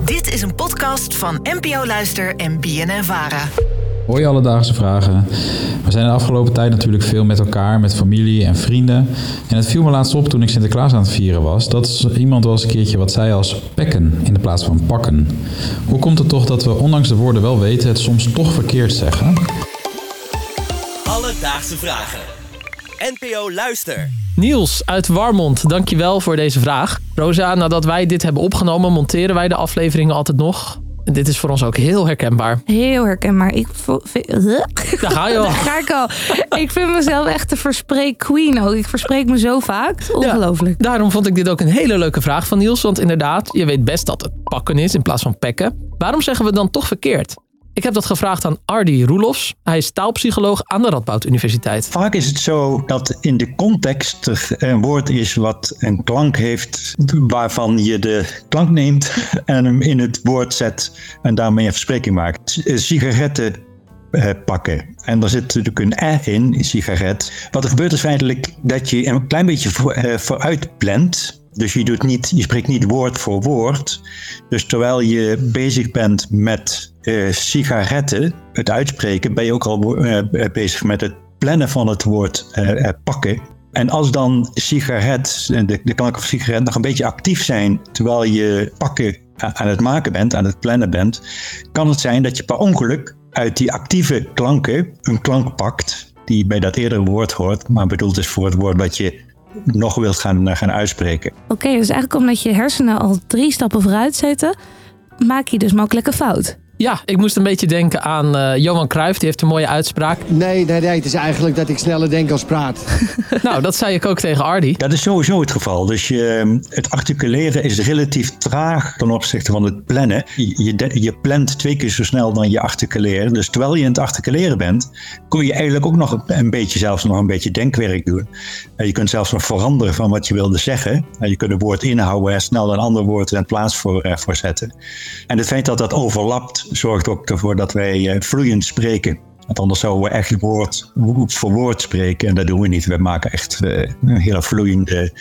Dit is een podcast van NPO Luister en BNN-Vara. Hoi Alledaagse Vragen. We zijn de afgelopen tijd natuurlijk veel met elkaar, met familie en vrienden. En het viel me laatst op toen ik Sinterklaas aan het vieren was, dat iemand wel eens een keertje wat zei als pekken in de plaats van pakken. Hoe komt het toch dat we ondanks de woorden wel weten het soms toch verkeerd zeggen? Alledaagse Vragen. NPO Luister. Niels uit Warmond, dankjewel voor deze vraag. Rosa, nadat wij dit hebben opgenomen, monteren wij de afleveringen altijd nog. En dit is voor ons ook heel herkenbaar. Heel herkenbaar. Daar ga je al. Daar ga ik al. Ik vind mezelf echt de verspreekqueen ook. Ik verspreek me zo vaak. Ongelooflijk. Ja, daarom vond ik dit ook een hele leuke vraag van Niels. Want inderdaad, je weet best dat het pakken is in plaats van pekken. Waarom zeggen we het dan toch verkeerd? Ik heb dat gevraagd aan Ardi Roelofs. Hij is taalpsycholoog aan de Radboud Universiteit. Vaak is het zo dat in de context er een woord is wat een klank heeft, waarvan je de klank neemt en hem in het woord zet en daarmee een verspreking maakt. Sigaretten pakken. En daar zit natuurlijk een in sigaret. Wat er gebeurt is feitelijk dat je een klein beetje vooruit plant. Dus je spreekt niet woord voor woord. Dus terwijl je bezig bent met sigaretten, het uitspreken, ben je ook al bezig met het plannen van het woord pakken. En als dan sigaret, de klanken van sigaret nog een beetje actief zijn, terwijl je pakken aan het maken bent, aan het plannen bent, kan het zijn dat je per ongeluk uit die actieve klanken een klank pakt, die bij dat eerdere woord hoort, maar bedoeld is voor het woord dat je nog wilt gaan uitspreken. Oké, dus eigenlijk omdat je hersenen al 3 stappen vooruit zitten, maak je dus makkelijk een fout. Ja, ik moest een beetje denken aan Johan Cruijff. Die heeft een mooie uitspraak. Nee, het is eigenlijk dat ik sneller denk als praat. Nou, dat zei ik ook tegen Ardi. Dat is sowieso het geval. Dus het articuleren is relatief traag ten opzichte van het plannen. Je plant 2 keer zo snel dan je articuleren. Dus terwijl je aan het articuleren bent, kun je eigenlijk ook nog een beetje denkwerk doen. Je kunt zelfs nog veranderen van wat je wilde zeggen. Je kunt een woord inhouden en snel een ander woord in plaats voor zetten. En het feit dat dat overlapt, zorgt ook ervoor dat wij vloeiend spreken. Want anders zouden we echt woord voor woord spreken. En dat doen we niet. We maken echt een hele vloeiende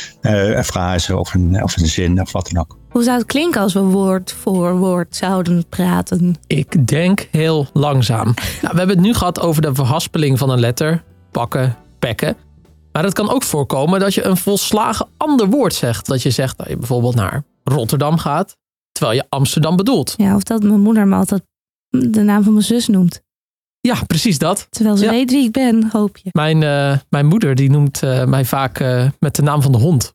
frase of een zin of wat dan ook. Hoe zou het klinken als we woord voor woord zouden praten? Ik denk heel langzaam. Nou, we hebben het nu gehad over de verhaspeling van een letter. Pakken, pekken. Maar het kan ook voorkomen dat je een volslagen ander woord zegt. Dat je zegt dat je bijvoorbeeld naar Rotterdam gaat, terwijl je Amsterdam bedoelt. Ja, of dat mijn moeder me altijd de naam van mijn zus noemt. Ja, precies dat. Terwijl ze weet wie ik ben, hoop je. Mijn moeder die noemt mij vaak met de naam van de hond.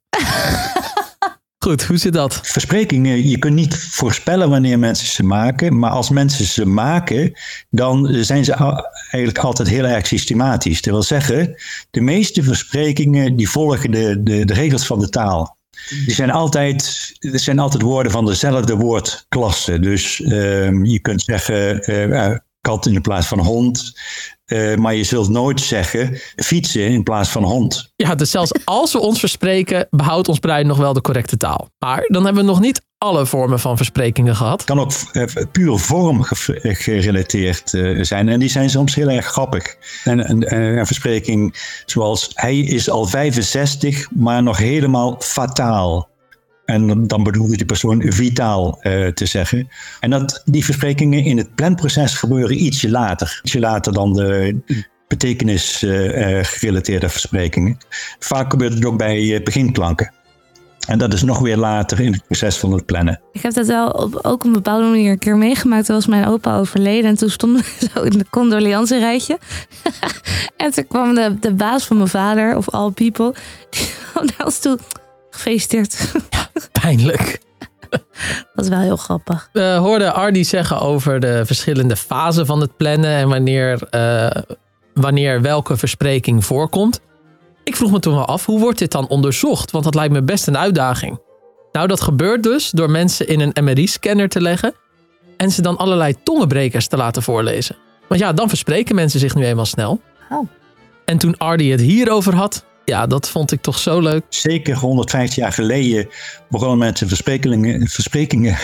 Goed, hoe zit dat? Versprekingen, je kunt niet voorspellen wanneer mensen ze maken. Maar als mensen ze maken, dan zijn ze eigenlijk altijd heel erg systematisch. Dat wil zeggen, de meeste versprekingen die volgen de regels van de taal. Er zijn altijd woorden van dezelfde woordklasse. Dus je kunt zeggen kat in plaats van hond. Maar je zult nooit zeggen fietsen in plaats van hond. Ja, dus zelfs als we ons verspreken, behoudt ons brein nog wel de correcte taal. Maar dan hebben we nog niet alle vormen van versprekingen gehad. Het kan ook puur vorm gerelateerd zijn. En die zijn soms heel erg grappig. Een verspreking zoals hij is al 65, maar nog helemaal fataal. En dan bedoelde die persoon vitaal te zeggen. En die versprekingen in het planproces gebeuren ietsje later. Ietsje later dan de betekenis gerelateerde versprekingen. Vaak gebeurt het ook bij beginklanken. En dat is nog weer later in het proces van het plannen. Ik heb dat wel ook op een bepaalde manier een keer meegemaakt. Toen was mijn opa overleden en toen stonden we zo in de condoleancerijtje. En toen kwam de baas van mijn vader, of all people, die kwam naar ons toe. Gefeliciteerd. Ja, pijnlijk. Dat is wel heel grappig. We hoorden Ardi zeggen over de verschillende fasen van het plannen en wanneer welke verspreking voorkomt. Ik vroeg me toen wel af, hoe wordt dit dan onderzocht? Want dat lijkt me best een uitdaging. Nou, dat gebeurt dus door mensen in een MRI-scanner te leggen en ze dan allerlei tongenbrekers te laten voorlezen. Want ja, dan verspreken mensen zich nu eenmaal snel. Oh. En toen Ardi het hierover had, ja, dat vond ik toch zo leuk. Zeker 150 jaar geleden begonnen mensen versprekingen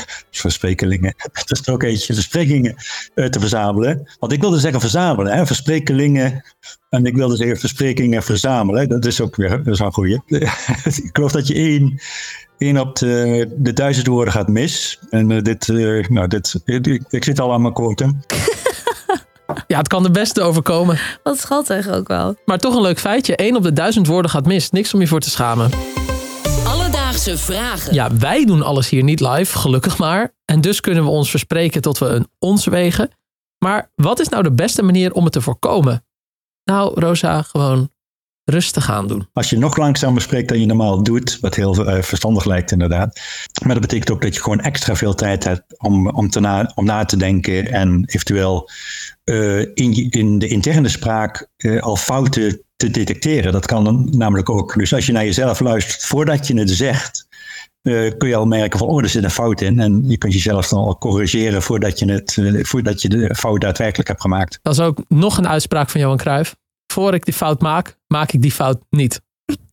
te verzamelen. Want ik wilde zeggen verzamelen, versprekelingen. En ik wilde zeggen versprekingen verzamelen. Dat is ook weer een goeie. Ik geloof dat je 1 op de 1000 woorden gaat mis. En ik zit al aan mijn quotum. Ja, het kan de beste overkomen. Wat schattig ook wel. Maar toch een leuk feitje. 1 op de 1000 woorden gaat mis. Niks om je voor te schamen. Alledaagse vragen. Ja, wij doen alles hier niet live, gelukkig maar. En dus kunnen we ons verspreken tot we een ons wegen. Maar wat is nou de beste manier om het te voorkomen? Nou, Rosa, gewoon rustig aan doen. Als je nog langzamer spreekt dan je normaal doet, wat heel verstandig lijkt inderdaad. Maar dat betekent ook dat je gewoon extra veel tijd hebt om na te denken en eventueel in de interne spraak al fouten te detecteren. Dat kan dan namelijk ook. Dus als je naar jezelf luistert voordat je het zegt, kun je al merken van, er zit een fout in. En je kunt jezelf dan al corrigeren voordat je de fout daadwerkelijk hebt gemaakt. Dat is ook nog een uitspraak van Johan Cruijff. Voor ik die fout maak ik die fout niet.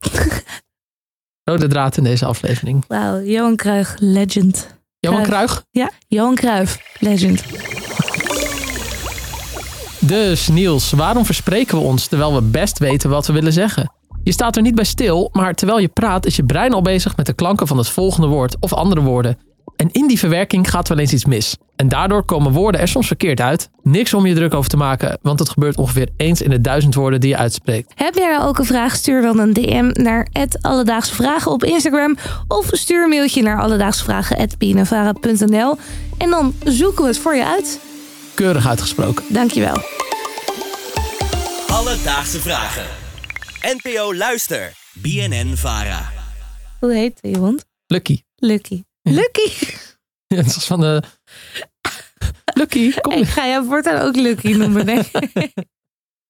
Rode draad in deze aflevering. Wauw, Johan Cruijff, legend. Johan Cruijff? Ja, Johan Cruijff, legend. Dus Niels, waarom verspreken we ons terwijl we best weten wat we willen zeggen? Je staat er niet bij stil, maar terwijl je praat is je brein al bezig met de klanken van het volgende woord of andere woorden. En in die verwerking gaat wel eens iets mis. En daardoor komen woorden er soms verkeerd uit. Niks om je druk over te maken, want het gebeurt ongeveer eens in de 1000 woorden die je uitspreekt. Heb jij nou ook een vraag? Stuur dan een DM naar @alledaagsvragen op Instagram. Of stuur een mailtje naar alledaagsvragen@bnnvara.nl. En dan zoeken we het voor je uit. Keurig uitgesproken. Dankjewel. Alledaagse vragen. NPO Luister. BNN-Vara. Hoe heet je hond? Lucky. Lucky. Ja. Lucky. Ja, het is van de... Lucky, kom. Ik ga jou voortaan ook Lucky noemen, denk ik.